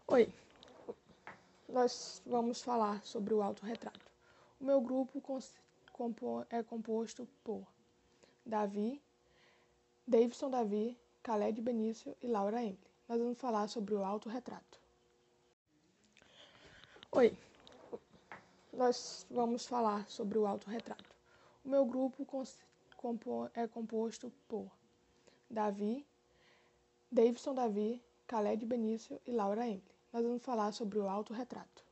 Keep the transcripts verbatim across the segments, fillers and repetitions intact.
Oi, nós vamos falar sobre o autorretrato. O meu grupo é composto por Davi, Davidson Davi, Khaled Benício e Laura Emily. Nós vamos falar sobre o autorretrato. Oi, nós vamos falar sobre o autorretrato. O meu grupo é composto por Davi, Davidson Davi, Khaled Benício e Laura Emily. Nós vamos falar sobre o autorretrato.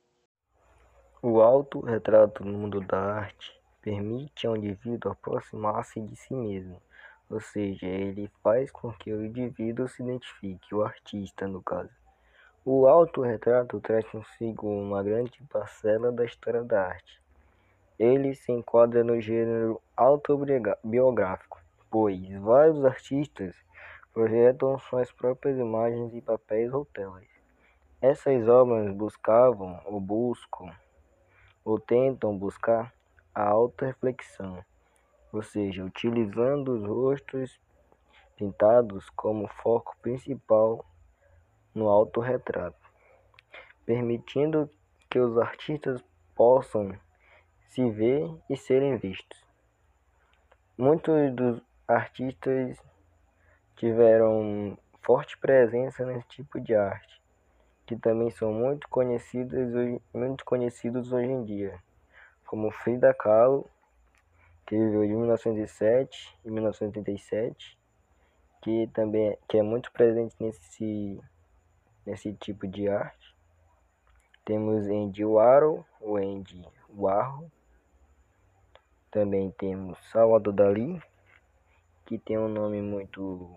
O autorretrato no mundo da arte permite ao indivíduo aproximar-se de si mesmo, ou seja, ele faz com que o indivíduo se identifique, o artista no caso. O autorretrato traz consigo uma grande parcela da história da arte. Ele se enquadra no gênero autobiográfico, pois vários artistas projetam suas próprias imagens em papéis ou telas. Essas obras buscavam ou buscam ou tentam buscar a autorreflexão, ou seja, utilizando os rostos pintados como foco principal no autorretrato, permitindo que os artistas possam se ver e serem vistos. Muitos dos artistas tiveram forte presença nesse tipo de arte, que também são muito conhecidos, muito conhecidos hoje em dia, como Frida Kahlo, que viveu de mil novecentos e sete e mil novecentos e oitenta e sete, que também é, que é muito presente nesse, nesse tipo de arte. Temos Andy Warhol, o Andy Warhol. Também temos Salvador Dalí, que tem um nome muito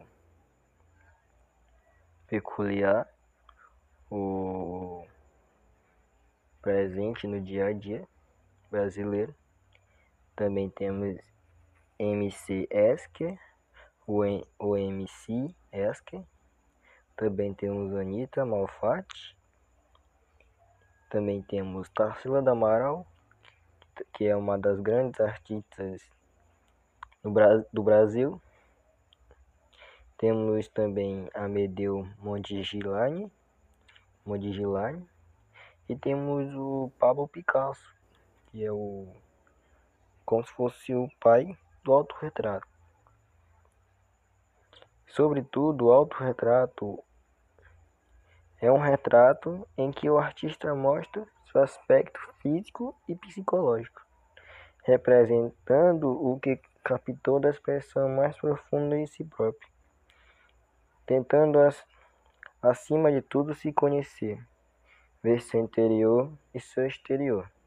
peculiar, o presente no dia a dia brasileiro. Também temos M C Escher, o, o M C Escher. Também temos Anitta Malfatti. Também temos Tarsila do Amaral, que é uma das grandes artistas do Brasil. Temos também Amedeo Modigliani, Modigliani. E temos o Pablo Picasso, que é o como se fosse o pai do autorretrato. Sobretudo, o autorretrato é um retrato em que o artista mostra seu aspecto físico e psicológico, representando o que captou da expressão mais profunda em si próprio, tentando, acima de tudo, se conhecer, ver seu interior e seu exterior.